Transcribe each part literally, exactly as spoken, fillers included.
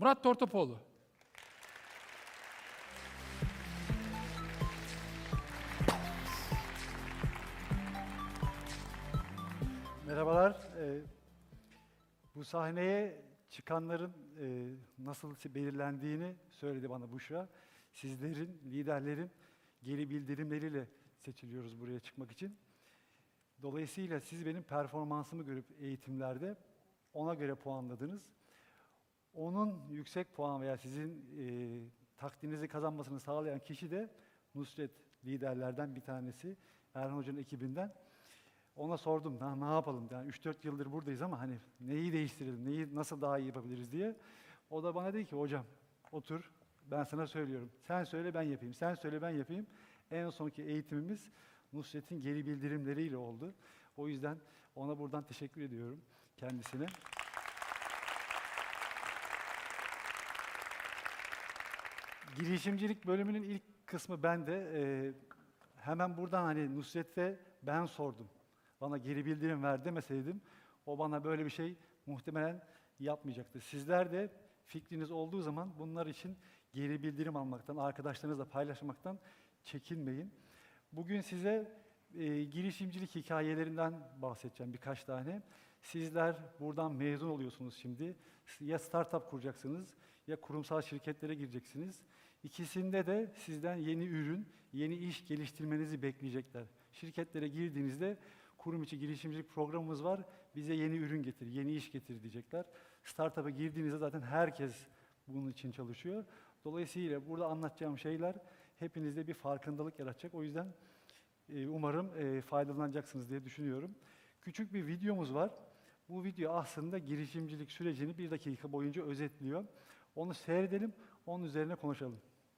Murat Tortopoğlu. Merhabalar. Ee, bu sahneye çıkanların e, nasıl belirlendiğini söyledi bana Büşra. Sizlerin, liderlerin geri bildirimleriyle seçiliyoruz buraya çıkmak için. Dolayısıyla siz benim performansımı görüp eğitimlerde ona göre puanladınız. Onun yüksek puan veya sizin e, takdirinizi kazanmasını sağlayan kişi de Nusret, liderlerden bir tanesi. Erhan Hoca'nın ekibinden. Ona sordum, ne yapalım? Yani üç dört yıldır buradayız ama hani neyi değiştirelim, neyi nasıl daha iyi yapabiliriz diye. O da bana dedi ki, hocam otur, ben sana söylüyorum. Sen söyle ben yapayım, sen söyle ben yapayım. En sonki eğitimimiz Nusret'in geri bildirimleriyle oldu. O yüzden ona buradan teşekkür ediyorum kendisine. Girişimcilik bölümünün ilk kısmı bende. Ee, hemen buradan hani Nusret'e ben sordum. Bana geri bildirim ver demeseydim, o bana böyle bir şey muhtemelen yapmayacaktı. Sizler de fikriniz olduğu zaman bunlar için geri bildirim almaktan, arkadaşlarınızla paylaşmaktan çekinmeyin. Bugün size e, girişimcilik hikayelerinden bahsedeceğim birkaç tane. Sizler buradan mezun oluyorsunuz şimdi. Ya startup kuracaksınız ya kurumsal şirketlere gireceksiniz. İkisinde de sizden yeni ürün, yeni iş geliştirmenizi bekleyecekler. Şirketlere girdiğinizde kurum içi girişimcilik programımız var. Bize yeni ürün getir, yeni iş getir diyecekler. Startup'a girdiğinizde zaten herkes bunun için çalışıyor. Dolayısıyla burada anlatacağım şeyler hepinizde bir farkındalık yaratacak. O yüzden e, umarım e, faydalanacaksınız diye düşünüyorum. Küçük bir videomuz var. Bu video aslında girişimcilik sürecini bir dakika boyunca özetliyor. Onu seyredelim, onun üzerine konuşalım.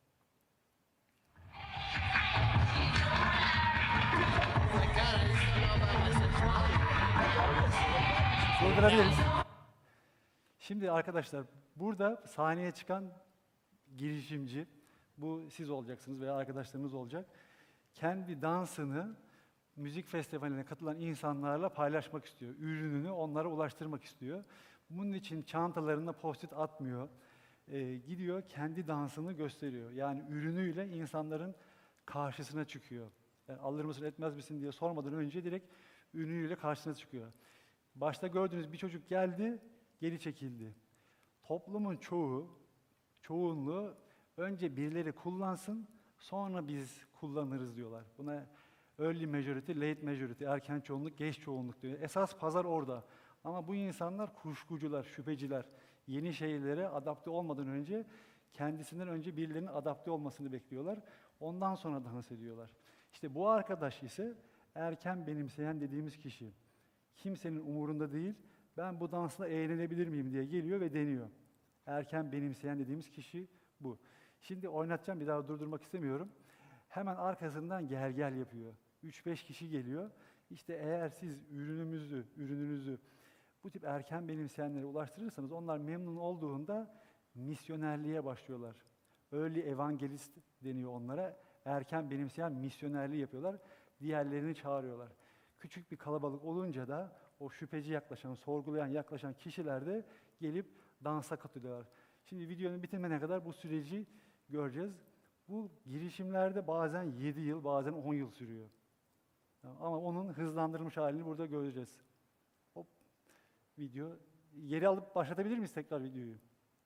Durdurabiliriz. Şimdi arkadaşlar, burada sahneye çıkan girişimci, bu siz olacaksınız veya arkadaşlarınız olacak, kendi dansını müzik festivaline katılan insanlarla paylaşmak istiyor. Ürününü onlara ulaştırmak istiyor. Bunun için çantalarına post-it atmıyor. Ee, gidiyor, kendi dansını gösteriyor. Yani ürünüyle insanların karşısına çıkıyor. Yani alır mısın, etmez misin diye sormadan önce direkt ürünüyle karşısına çıkıyor. Başta gördüğünüz bir çocuk geldi, geri çekildi. Toplumun çoğu, çoğunluğu önce birileri kullansın, sonra biz kullanırız diyorlar. Buna early majority, late majority, erken çoğunluk, geç çoğunluk diyor. Esas pazar orada. Ama bu insanlar kuşkucular, şüpheciler. Yeni şeylere adapte olmadan önce kendisinden önce birilerinin adapte olmasını bekliyorlar. Ondan sonra dans ediyorlar. İşte bu arkadaş ise erken benimseyen dediğimiz kişi. Kimsenin umurunda değil, ben bu dansla eğlenebilir miyim diye geliyor ve deniyor. Erken benimseyen dediğimiz kişi bu. Şimdi oynatacağım, bir daha durdurmak istemiyorum. Hemen arkasından gel gel yapıyor. üç beş kişi geliyor. İşte eğer siz ürünümüzü, ürününüzü bu tip erken benimseyenlere ulaştırırsanız onlar memnun olduğunda misyonerliğe başlıyorlar. Early evangelist deniyor onlara. Erken benimseyen misyonerliği yapıyorlar. Diğerlerini çağırıyorlar. Küçük bir kalabalık olunca da o şüpheci yaklaşan, sorgulayan, yaklaşan kişiler de gelip dansa katılıyorlar. Şimdi videonun bitimine kadar bu süreci göreceğiz. Bu girişimlerde bazen yedi yıl, bazen on yıl sürüyor. Ama onun hızlandırılmış halini burada göreceğiz. Hop, video. Geri alıp başlatabilir miyiz tekrar videoyu?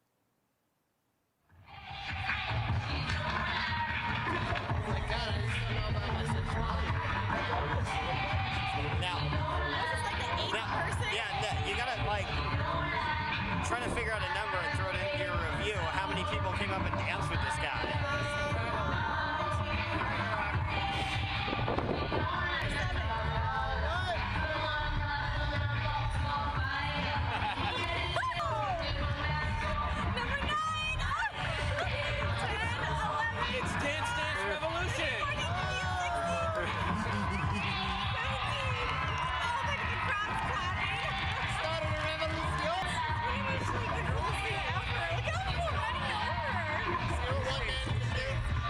Now, now, yeah, no, you gotta like try to figure out a number and throw it into your review. How many people came up and danced with this guy? It's Dance Dance Revolution! Started a revolution! Still one man in the suit.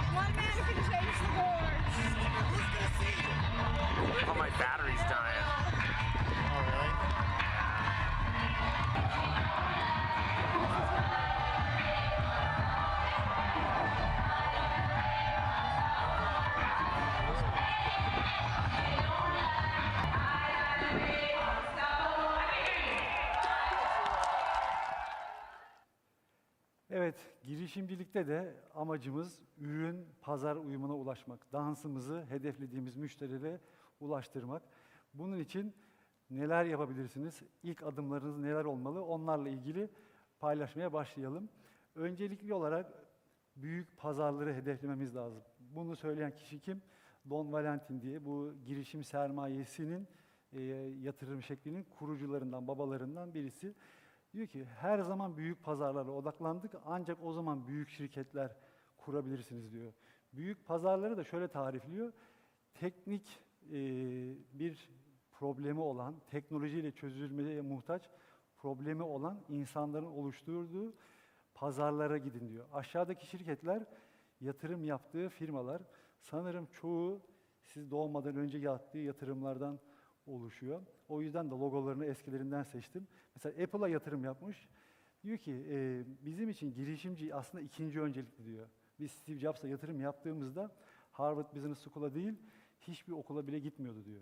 Evet, girişimcilikte de amacımız ürün pazar uyumuna ulaşmak. Dansımızı hedeflediğimiz müşterilere ulaştırmak. Bunun için neler yapabilirsiniz? İlk adımlarınız neler olmalı? Onlarla ilgili paylaşmaya başlayalım. Öncelikli olarak büyük pazarları hedeflememiz lazım. Bunu söyleyen kişi kim? Don Valentin diye, bu girişim sermayesinin e, yatırım şeklinin kurucularından, babalarından birisi. Diyor ki her zaman büyük pazarlara odaklandık ancak o zaman büyük şirketler kurabilirsiniz diyor. Büyük pazarları da şöyle tarifliyor. Teknik e, bir problemi olan, teknolojiyle çözülmeye muhtaç problemi olan insanların oluşturduğu pazarlara gidin diyor. Aşağıdaki şirketler yatırım yaptığı firmalar. Sanırım çoğu siz doğmadan önce yaptığı yatırımlardan oluşuyor. O yüzden de logolarını eskilerinden seçtim. Mesela Apple'a yatırım yapmış. Diyor ki e, bizim için girişimci aslında ikinci öncelikli diyor. Biz Steve Jobs'a yatırım yaptığımızda Harvard Business School'a değil hiçbir okula bile gitmiyordu diyor.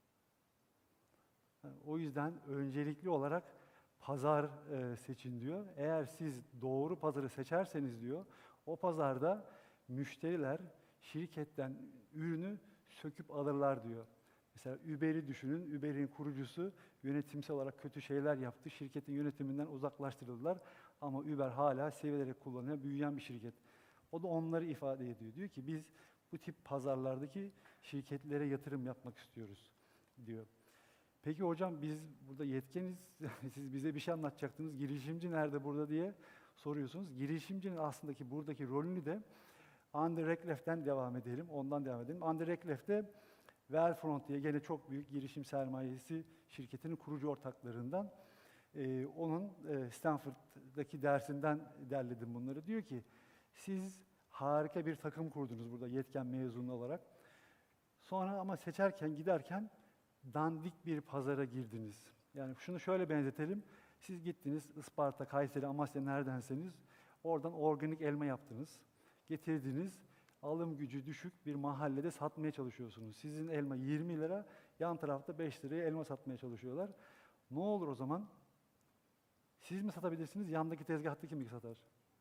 Yani o yüzden öncelikli olarak pazar e, seçin diyor. Eğer siz doğru pazarı seçerseniz diyor, o pazarda müşteriler şirketten ürünü söküp alırlar diyor. Mesela Uber'i düşünün, Uber'in kurucusu yönetimsel olarak kötü şeyler yaptı, şirketin yönetiminden uzaklaştırıldılar ama Uber hala sevilerek kullanıyor, büyüyen bir şirket. O da onları ifade ediyor. Diyor ki biz bu tip pazarlardaki şirketlere yatırım yapmak istiyoruz diyor. Peki hocam biz burada yetkeniz, siz bize bir şey anlatacaktınız, girişimci nerede burada diye soruyorsunuz. Girişimcinin aslındaki buradaki rolünü de Andrew Reckleff'ten devam edelim, ondan devam edelim. Andrew Recklef de Wellfront diye gene çok büyük girişim sermayesi şirketinin kurucu ortaklarından. Ee, onun e, Stanford'daki dersinden derledim bunları. Diyor ki, siz harika bir takım kurdunuz burada yetken mezunu olarak. Sonra ama seçerken, giderken dandik bir pazara girdiniz. Yani şunu şöyle benzetelim. Siz gittiniz Isparta, Kayseri, Amasya neredenseniz oradan organik elma yaptınız. Getirdiniz. Alım gücü düşük bir mahallede satmaya çalışıyorsunuz. Sizin elma yirmi lira, yan tarafta beş liraya elma satmaya çalışıyorlar. Ne olur o zaman? Siz mi satabilirsiniz, yandaki tezgahtaki mi satar?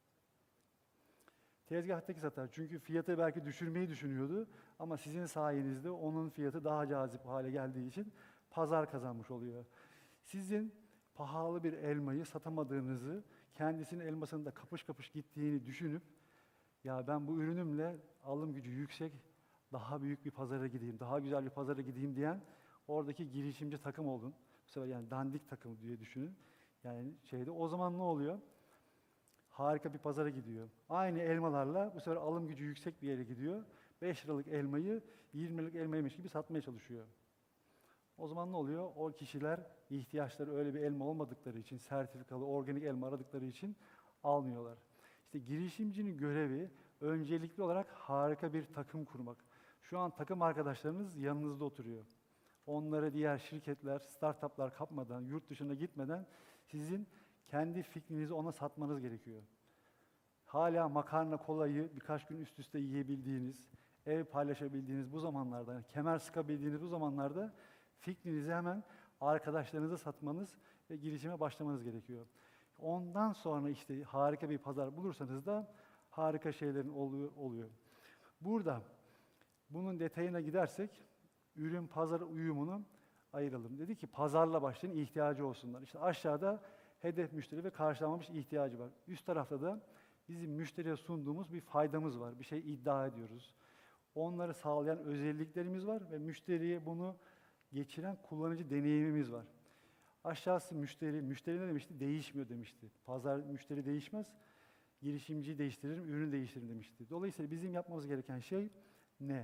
Tezgahtaki satar. Çünkü fiyatı belki düşürmeyi düşünüyordu ama sizin sayenizde onun fiyatı daha cazip hale geldiği için pazar kazanmış oluyor. Sizin pahalı bir elmayı satamadığınızı, kendisinin elmasının da kapış kapış gittiğini düşünüp ya ben bu ürünümle alım gücü yüksek, daha büyük bir pazara gideyim, daha güzel bir pazara gideyim diyen oradaki girişimci takım oldun. Bu sefer yani dandik takım diye düşünün. Yani şeyde o zaman ne oluyor? Harika bir pazara gidiyor. Aynı elmalarla bu sefer alım gücü yüksek bir yere gidiyor. beş liralık elmayı yirmi liralık elmaymış gibi satmaya çalışıyor. O zaman ne oluyor? O kişiler ihtiyaçları öyle bir elma olmadıkları için, sertifikalı, organik elma aradıkları için almıyorlar. İşte girişimcinin görevi öncelikli olarak harika bir takım kurmak. Şu an takım arkadaşlarınız yanınızda oturuyor. Onlara diğer şirketler, startuplar kapmadan, yurt dışına gitmeden sizin kendi fikrinizi ona satmanız gerekiyor. Hala makarna, kolayı birkaç gün üst üste yiyebildiğiniz, ev paylaşabildiğiniz bu zamanlarda, yani kemer sıkabildiğiniz bu zamanlarda fikrinizi hemen arkadaşlarınıza satmanız ve girişime başlamanız gerekiyor. Ondan sonra işte harika bir pazar bulursanız da harika şeylerin oluyor. oluyor. Burada bunun detayına gidersek ürün pazar uyumunu ayıralım. Dedi ki pazarla başlayın, ihtiyacı olsunlar. İşte aşağıda hedef müşteri ve karşılanmamış ihtiyacı var. Üst tarafta da bizim müşteriye sunduğumuz bir faydamız var. Bir şey iddia ediyoruz. Onları sağlayan özelliklerimiz var ve müşteriye bunu geçiren kullanıcı deneyimimiz var. Aşağısı müşteri, müşteri ne demişti? Değişmiyor demişti. Pazar müşteri değişmez, girişimciyi değiştiririm, ürünü değiştiririm demişti. Dolayısıyla bizim yapmamız gereken şey ne?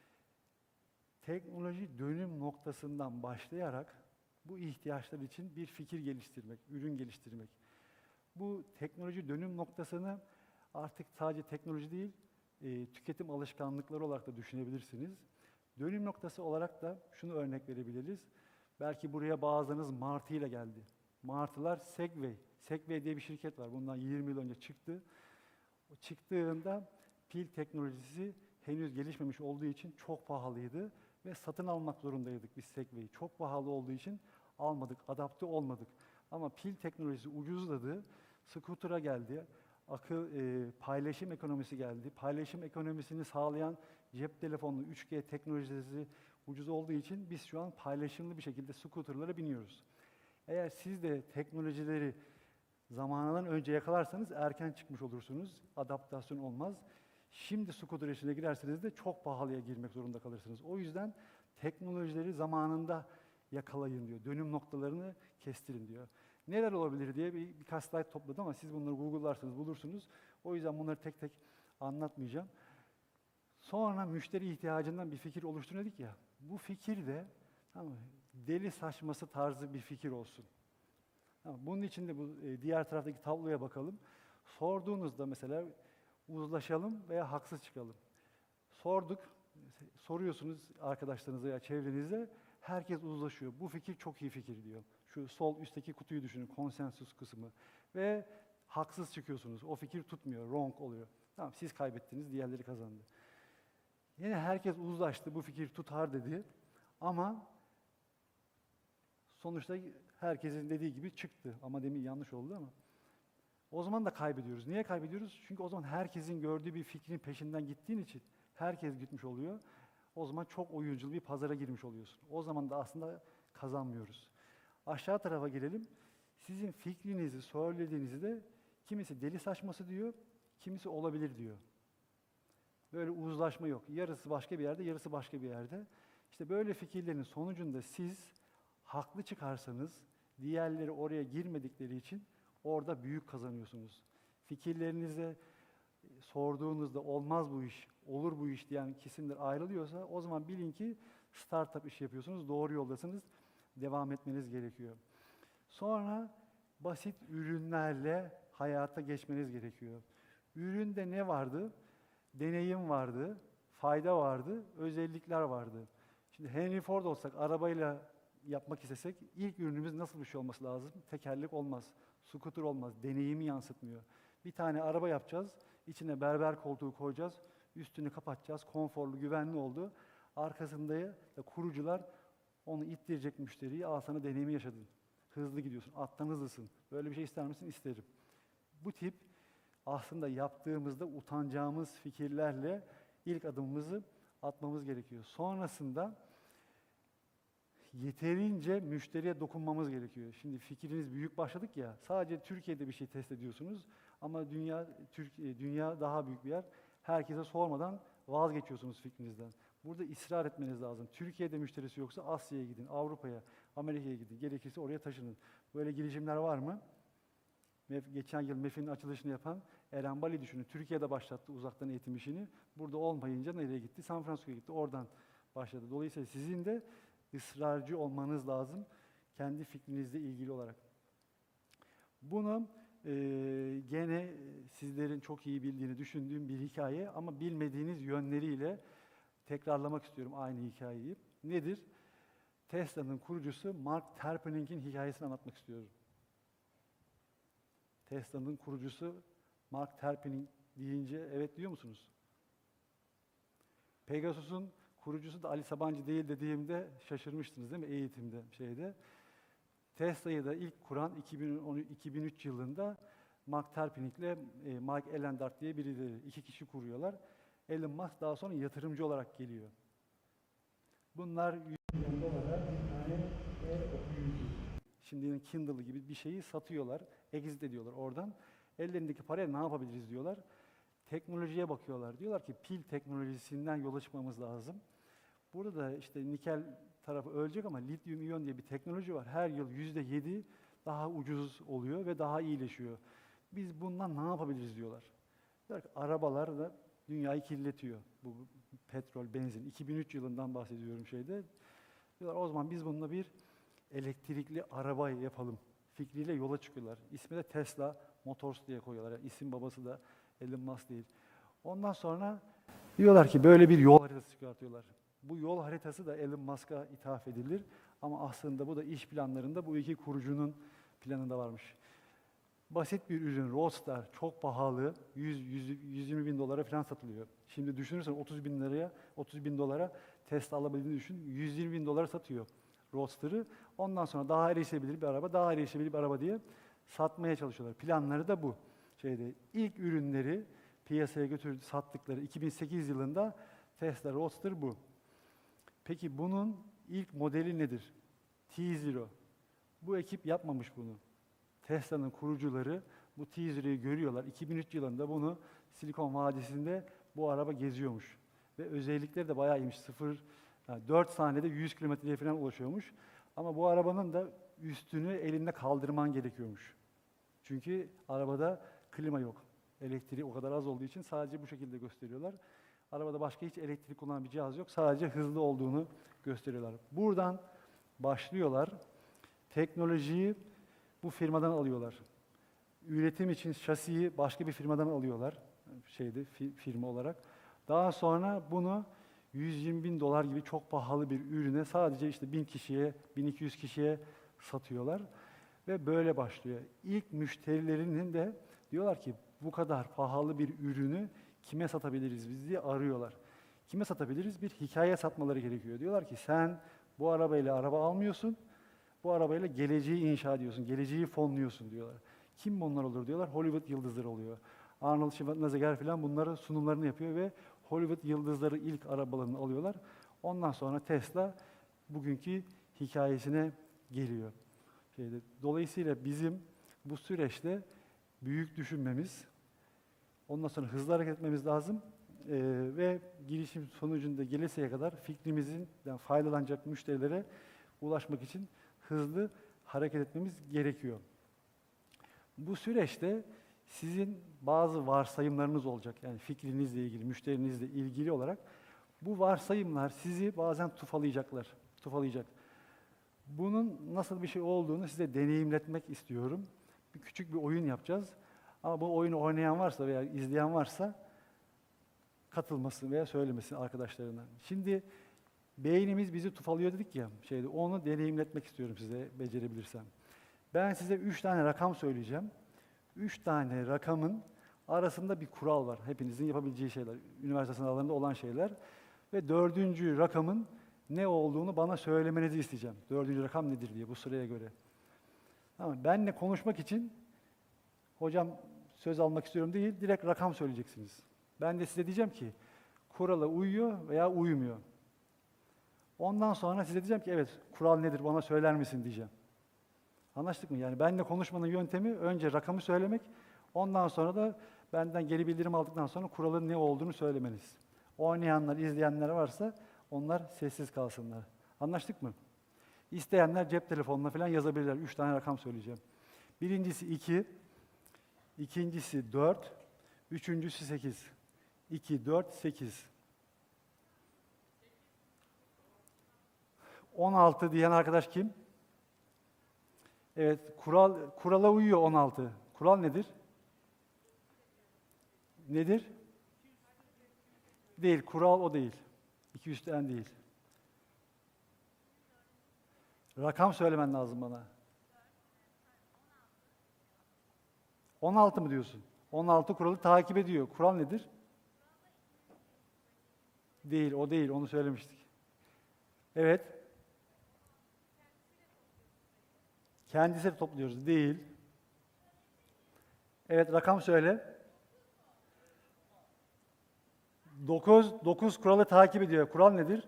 Teknoloji dönüm noktasından başlayarak bu ihtiyaçlar için bir fikir geliştirmek, ürün geliştirmek. Bu teknoloji dönüm noktasını artık sadece teknoloji değil, e, tüketim alışkanlıkları olarak da düşünebilirsiniz. Dönüm noktası olarak da şunu örnek verebiliriz. Belki buraya bazılarınız Martı ile geldi. Martılar Segway. Segway diye bir şirket var. Bundan yirmi yıl önce çıktı. O çıktığında pil teknolojisi henüz gelişmemiş olduğu için çok pahalıydı ve satın almak zorundaydık biz Segway'i. Çok pahalı olduğu için almadık, adapte olmadık. Ama pil teknolojisi ucuzladı, scooter'a geldi. Akıl, e, paylaşım ekonomisi geldi. Paylaşım ekonomisini sağlayan cep telefonlu üç G teknolojisi ucuz olduğu için biz şu an paylaşımlı bir şekilde scooterlara biniyoruz. Eğer siz de teknolojileri zamanından önce yakalarsanız erken çıkmış olursunuz. Adaptasyon olmaz. Şimdi scooter işine girerseniz de çok pahalıya girmek zorunda kalırsınız. O yüzden teknolojileri zamanında yakalayın diyor. Dönüm noktalarını kestirin diyor. Neler olabilir diye bir, birkaç slide topladım ama siz bunları Google'larsanız bulursunuz. O yüzden bunları tek tek anlatmayacağım. Sonra müşteri ihtiyacından bir fikir oluşturun dedik ya. Bu fikir de tamam mı, deli saçması tarzı bir fikir olsun. Tamam, bunun için de bu e, diğer taraftaki tabloya bakalım. Sorduğunuzda mesela uzlaşalım veya haksız çıkalım. Sorduk, soruyorsunuz arkadaşlarınıza ya çevrenizde, herkes uzlaşıyor. Bu fikir çok iyi fikir diyor. Şu sol üstteki kutuyu düşünün, konsensus kısmı. Ve haksız çıkıyorsunuz. O fikir tutmuyor, wrong oluyor. Tamam, siz kaybettiniz, diğerleri kazandı. Yine herkes uzlaştı, bu fikir tutar dedi. Ama sonuçta herkesin dediği gibi çıktı. Ama demin yanlış oldu ama. O zaman da kaybediyoruz. Niye kaybediyoruz? Çünkü o zaman herkesin gördüğü bir fikrin peşinden gittiğin için herkes gitmiş oluyor. O zaman çok oyunculu bir pazara girmiş oluyorsun. O zaman da aslında kazanmıyoruz. Aşağı tarafa gelelim. Sizin fikrinizi söylediğinizde kimisi deli saçması diyor, kimisi olabilir diyor. Böyle uzlaşma yok. Yarısı başka bir yerde, yarısı başka bir yerde. İşte böyle fikirlerin sonucunda siz haklı çıkarsanız, diğerleri oraya girmedikleri için orada büyük kazanıyorsunuz. Fikirlerinize sorduğunuzda olmaz bu iş, olur bu iş diyen kesimler ayrılıyorsa o zaman bilin ki startup işi yapıyorsunuz, doğru yoldasınız, devam etmeniz gerekiyor. Sonra basit ürünlerle hayata geçmeniz gerekiyor. Üründe ne vardı? Deneyim vardı, fayda vardı, özellikler vardı. Şimdi Henry Ford olsak, arabayla yapmak istesek ilk ürünümüz nasıl bir şey olması lazım? Tekerlek olmaz, scooter olmaz, deneyimi yansıtmıyor. Bir tane araba yapacağız, içine berber koltuğu koyacağız, üstünü kapatacağız, konforlu, güvenli oldu. Arkasında da kurucular onu ittirecek müşteriyi, al sana deneyimi yaşadın. Hızlı gidiyorsun, attan hızlısın. Böyle bir şey ister misin? İsterim. Bu tip aslında yaptığımızda utanacağımız fikirlerle ilk adımımızı atmamız gerekiyor. Sonrasında yeterince müşteriye dokunmamız gerekiyor. Şimdi fikriniz büyük başladık ya, sadece Türkiye'de bir şey test ediyorsunuz ama dünya Türkiye dünya daha büyük bir yer. Herkese sormadan vazgeçiyorsunuz fikrinizden. Burada ısrar etmeniz lazım. Türkiye'de müşterisi yoksa Asya'ya gidin, Avrupa'ya, Amerika'ya gidin. Gerekirse oraya taşının. Böyle girişimler var mı? Geçen yıl M E F'in açılışını yapan Eren Bali düşünün. Türkiye'de başlattı uzaktan eğitim işini. Burada olmayınca nereye gitti? San Francisco'ya gitti. Oradan başladı. Dolayısıyla sizin de ısrarcı olmanız lazım. Kendi fikrinizle ilgili olarak. Bunu e, gene sizlerin çok iyi bildiğini düşündüğüm bir hikaye ama bilmediğiniz yönleriyle tekrarlamak istiyorum aynı hikayeyi. Nedir? Tesla'nın kurucusu Mark Tarpening'in hikayesini anlatmak istiyorum. Tesla'nın kurucusu Mark Tarpening deyince evet diyor musunuz? Pegasus'un kurucusu da Ali Sabancı değil dediğimde şaşırmıştınız değil mi eğitimde şeyde. Tesla'yı da ilk kuran iki bin üç yılında Mark Tarpening'le e, Mike Ellendart diye birileri. İki kişi kuruyorlar. Elon Musk daha sonra yatırımcı olarak geliyor. Bunlar yüz milyon dolara bir tane e-okuyucu. Şimdinin Kindle gibi bir şeyi satıyorlar, exit ediyorlar oradan. Ellerindeki parayla ne yapabiliriz diyorlar. Teknolojiye bakıyorlar. Diyorlar ki pil teknolojisinden yola çıkmamız lazım. Burada da işte nikel tarafı ölecek ama lityum iyon diye bir teknoloji var. Her yıl yüzde yedi daha ucuz oluyor ve daha iyileşiyor. Biz bundan ne yapabiliriz diyorlar. Diyorlar ki arabalar da dünyayı kirletiyor. Bu petrol, benzin. iki bin üç yılından bahsediyorum şeyde. Diyorlar o zaman biz bununla bir elektrikli araba yapalım fikriyle yola çıkıyorlar. İsmi de Tesla Motors diye koyuyorlar. Yani isim babası da Elon Musk değil. Ondan sonra diyorlar ki böyle bir yol haritası çıkartıyorlar. Bu yol haritası da Elon Musk'a ithaf edilir. Ama aslında bu da iş planlarında bu iki kurucunun planında varmış. Basit bir ürün, Roadster, çok pahalı, yüz yirmi bin dolara falan satılıyor. Şimdi düşünürsen otuz bin liraya, otuz bin dolara Tesla alabildiğini düşün, yüz yirmi bin dolara satıyor Roadster'ı. Ondan sonra daha erişebilir bir araba, daha erişebilir bir araba diye satmaya çalışıyorlar. Planları da bu. şeyde ilk ürünleri piyasaya götürdü, sattıkları iki bin sekiz yılında Tesla Roadster bu. Peki bunun ilk modeli nedir? T Zero. Bu ekip yapmamış bunu. Tesla'nın kurucuları bu T Zero'yu görüyorlar. iki bin üç yılında bunu Silikon Vadisi'nde bu araba geziyormuş. Ve özellikleri de bayağı iyiymiş. Sıfır, yani dört saniyede yüz kilometreye falan ulaşıyormuş. Ama bu arabanın da üstünü elinde kaldırman gerekiyormuş. Çünkü arabada klima yok. Elektriği o kadar az olduğu için sadece bu şekilde gösteriyorlar. Arabada başka hiç elektrik kullanan bir cihaz yok. Sadece hızlı olduğunu gösteriyorlar. Buradan başlıyorlar. Teknolojiyi bu firmadan alıyorlar. Üretim için şasiyi başka bir firmadan alıyorlar. Şeyde fi, firma olarak. Daha sonra bunu yüz yirmi bin dolar gibi çok pahalı bir ürüne sadece işte bin kişiye, bin iki yüz kişiye satıyorlar. Ve böyle başlıyor. İlk müşterilerinin de diyorlar ki bu kadar pahalı bir ürünü kime satabiliriz biz diye arıyorlar. Kime satabiliriz? Bir hikaye satmaları gerekiyor. Diyorlar ki sen bu arabayla araba almıyorsun, bu arabayla geleceği inşa ediyorsun, geleceği fonluyorsun diyorlar. Kim bunlar olur diyorlar? Hollywood yıldızları oluyor. Arnold Schwarzenegger falan bunların sunumlarını yapıyor ve Hollywood yıldızları ilk arabalarını alıyorlar. Ondan sonra Tesla bugünkü hikayesine geliyor. Şeyde, dolayısıyla bizim bu süreçte büyük düşünmemiz, ondan sonra hızlı hareket etmemiz lazım ee, ve girişim sonucunda geleseye kadar fikrimizin yani faydalanacak müşterilere ulaşmak için hızlı hareket etmemiz gerekiyor. Bu süreçte sizin bazı varsayımlarınız olacak. Yani fikrinizle ilgili, müşterinizle ilgili olarak bu varsayımlar sizi bazen tufalayacaklar, tufalayacak. Bunun nasıl bir şey olduğunu size deneyimletmek istiyorum. Bir küçük bir oyun yapacağız. Ama bu oyunu oynayan varsa veya izleyen varsa katılmasın veya söylemesin arkadaşlarına. Şimdi beynimiz bizi tufalıyor dedik ya, şeyde onu deneyimletmek istiyorum size becerebilirsem. Ben size üç tane rakam söyleyeceğim. Üç tane rakamın arasında bir kural var. Hepinizin yapabileceği şeyler, üniversite sınavlarında olan şeyler. Ve dördüncü rakamın ne olduğunu bana söylemenizi isteyeceğim. Dördüncü rakam nedir diye bu sıraya göre. Tamam, benle konuşmak için hocam söz almak istiyorum değil, direkt rakam söyleyeceksiniz. Ben de size diyeceğim ki kurala uyuyor veya uymuyor. Ondan sonra size diyeceğim ki evet kural nedir bana söyler misin diyeceğim. Anlaştık mı? Yani benimle konuşmanın yöntemi önce rakamı söylemek, ondan sonra da benden geri bildirim aldıktan sonra kuralın ne olduğunu söylemeniz. Oynayanlar, izleyenler varsa onlar sessiz kalsınlar. Anlaştık mı? İsteyenler cep telefonuna falan yazabilirler. Üç tane rakam söyleyeceğim. Birincisi iki, ikincisi dört, üçüncüsü sekiz. iki, dört, sekiz. on altı diyen arkadaş kim? Evet, kural kurala uyuyor on altı. Kural nedir? Nedir? Değil, kural o değil. iki üstten değil. Rakam söylemen lazım bana. on altı mı diyorsun? on altı kuralı takip ediyor. Kural nedir? Değil, o değil. Onu söylemiştik. Evet. Kendisi de topluyoruz. Değil. Evet, rakam söyle. dokuz, dokuz kuralı takip ediyor. Kural nedir?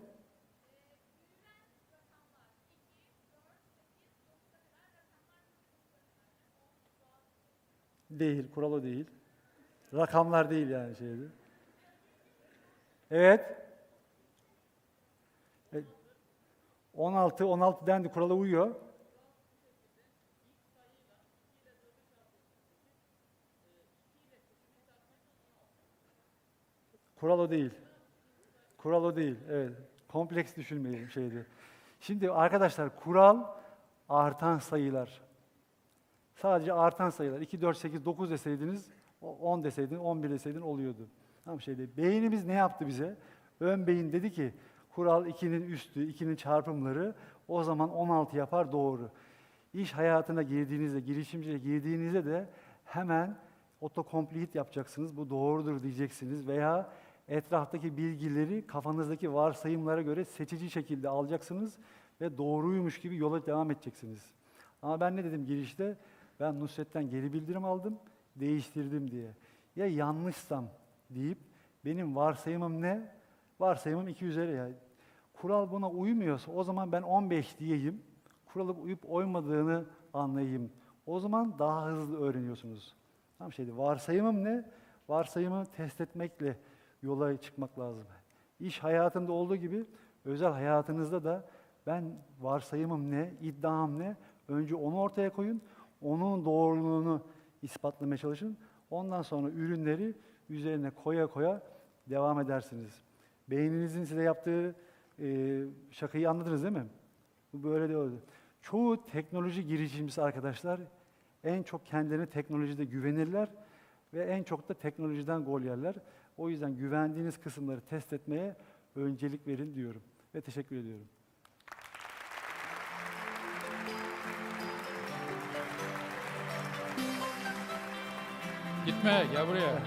Değil, kural o değil. Rakamlar değil yani şeydi. Evet. Evet. on altı, on altı dendi, kurala uyuyor. Kural o değil. Kural o değil, evet. Kompleks düşünmeyelim şeydi. Şimdi arkadaşlar, kural artan sayılar. Sadece artan sayılar. iki, dört, sekiz, dokuz deseydiniz, on deseydin, on bir deseydin oluyordu. Tamam şeyde. Beynimiz ne yaptı bize? Ön beyin dedi ki, kural ikinin üstü, ikinin çarpımları, o zaman on altı yapar, doğru. İş hayatına girdiğinizde, girişimciye girdiğinizde de hemen autocomplete yapacaksınız, bu doğrudur diyeceksiniz veya etraftaki bilgileri kafanızdaki varsayımlara göre seçici şekilde alacaksınız ve doğruymuş gibi yola devam edeceksiniz. Ama ben ne dedim girişte? Ben Nusret'ten geri bildirim aldım. değiştirdim diye. Ya yanlışsam deyip benim varsayımım ne? Varsayımım iki üzeri ya. Kural buna uymuyorsa o zaman ben on beş diyeyim. Kuralı uyup uymadığını anlayayım. O zaman daha hızlı öğreniyorsunuz. Tamam şeydi. Varsayımım ne? Varsayımı test etmekle yola çıkmak lazım. İş hayatında olduğu gibi özel hayatınızda da ben varsayımım ne, iddiam ne? Önce onu ortaya koyun. Onun doğruluğunu ispatlamaya çalışın. Ondan sonra ürünleri üzerine koya koya devam edersiniz. Beyninizin size yaptığı e, şakayı anladınız değil mi? Bu böyle de öyle. Çoğu teknoloji girişimcisi arkadaşlar en çok kendilerine teknolojide güvenirler ve en çok da teknolojiden gol yerler. O yüzden güvendiğiniz kısımları test etmeye öncelik verin diyorum. Ve teşekkür ediyorum. Gitme, gel buraya.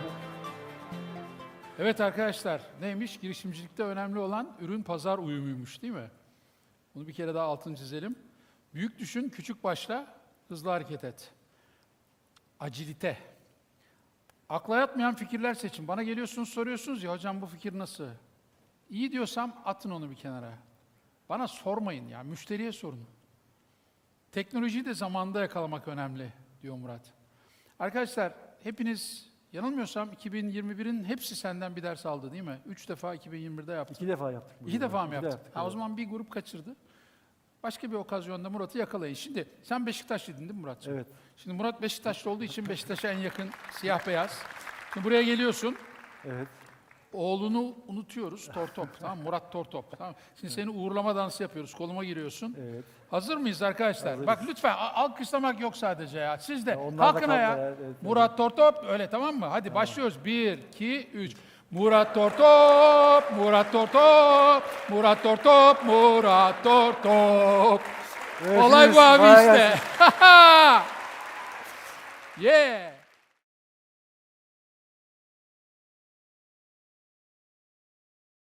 Evet arkadaşlar, neymiş? Girişimcilikte önemli olan ürün pazar uyumuymuş değil mi? Bunu bir kere daha altını çizelim. Büyük düşün, küçük başla, hızlı hareket et. Acilite. Akla yatmayan fikirler seçin. Bana geliyorsunuz, soruyorsunuz ya, hocam bu fikir nasıl? İyi diyorsam atın onu bir kenara. Bana sormayın ya, müşteriye sorun. Teknolojiyi de zamanında yakalamak önemli, diyor Murat. Arkadaşlar, hepiniz, yanılmıyorsam iki bin yirmi birin hepsi senden bir ders aldı değil mi? Üç defa iki bin yirmi birde yaptık. İki defa yaptık. İki bunu. defa mı İki de yaptık? yaptık, Ha, o evet. zaman bir grup kaçırdı. Başka bir okazyonda Murat'ı yakalayın. Şimdi sen Beşiktaşlıydın değil mi Muratcığım? Evet. Şimdi Murat Beşiktaşlı olduğu için Beşiktaş'a en yakın siyah beyaz. Şimdi buraya geliyorsun. Evet. Oğlunu unutuyoruz. Tortop. Tamam mı? Murat Tortop. Tamam. Şimdi seni uğurlama dansı yapıyoruz. Koluma giriyorsun. Evet. Hazır mıyız arkadaşlar? Hazırız. Bak lütfen a- alkışlamak yok sadece ya. Siz de Ya onlar da kalkın kalktılar, ayağa. evet, evet. Murat Tortop öyle tamam mı? Hadi başlıyoruz. Bir, iki, üç. Murat Tortop, Murat Tortop, Murat Tortop, Murat Tortop. Evet, Olay bu abi kolay işte. gelsin. Yeah.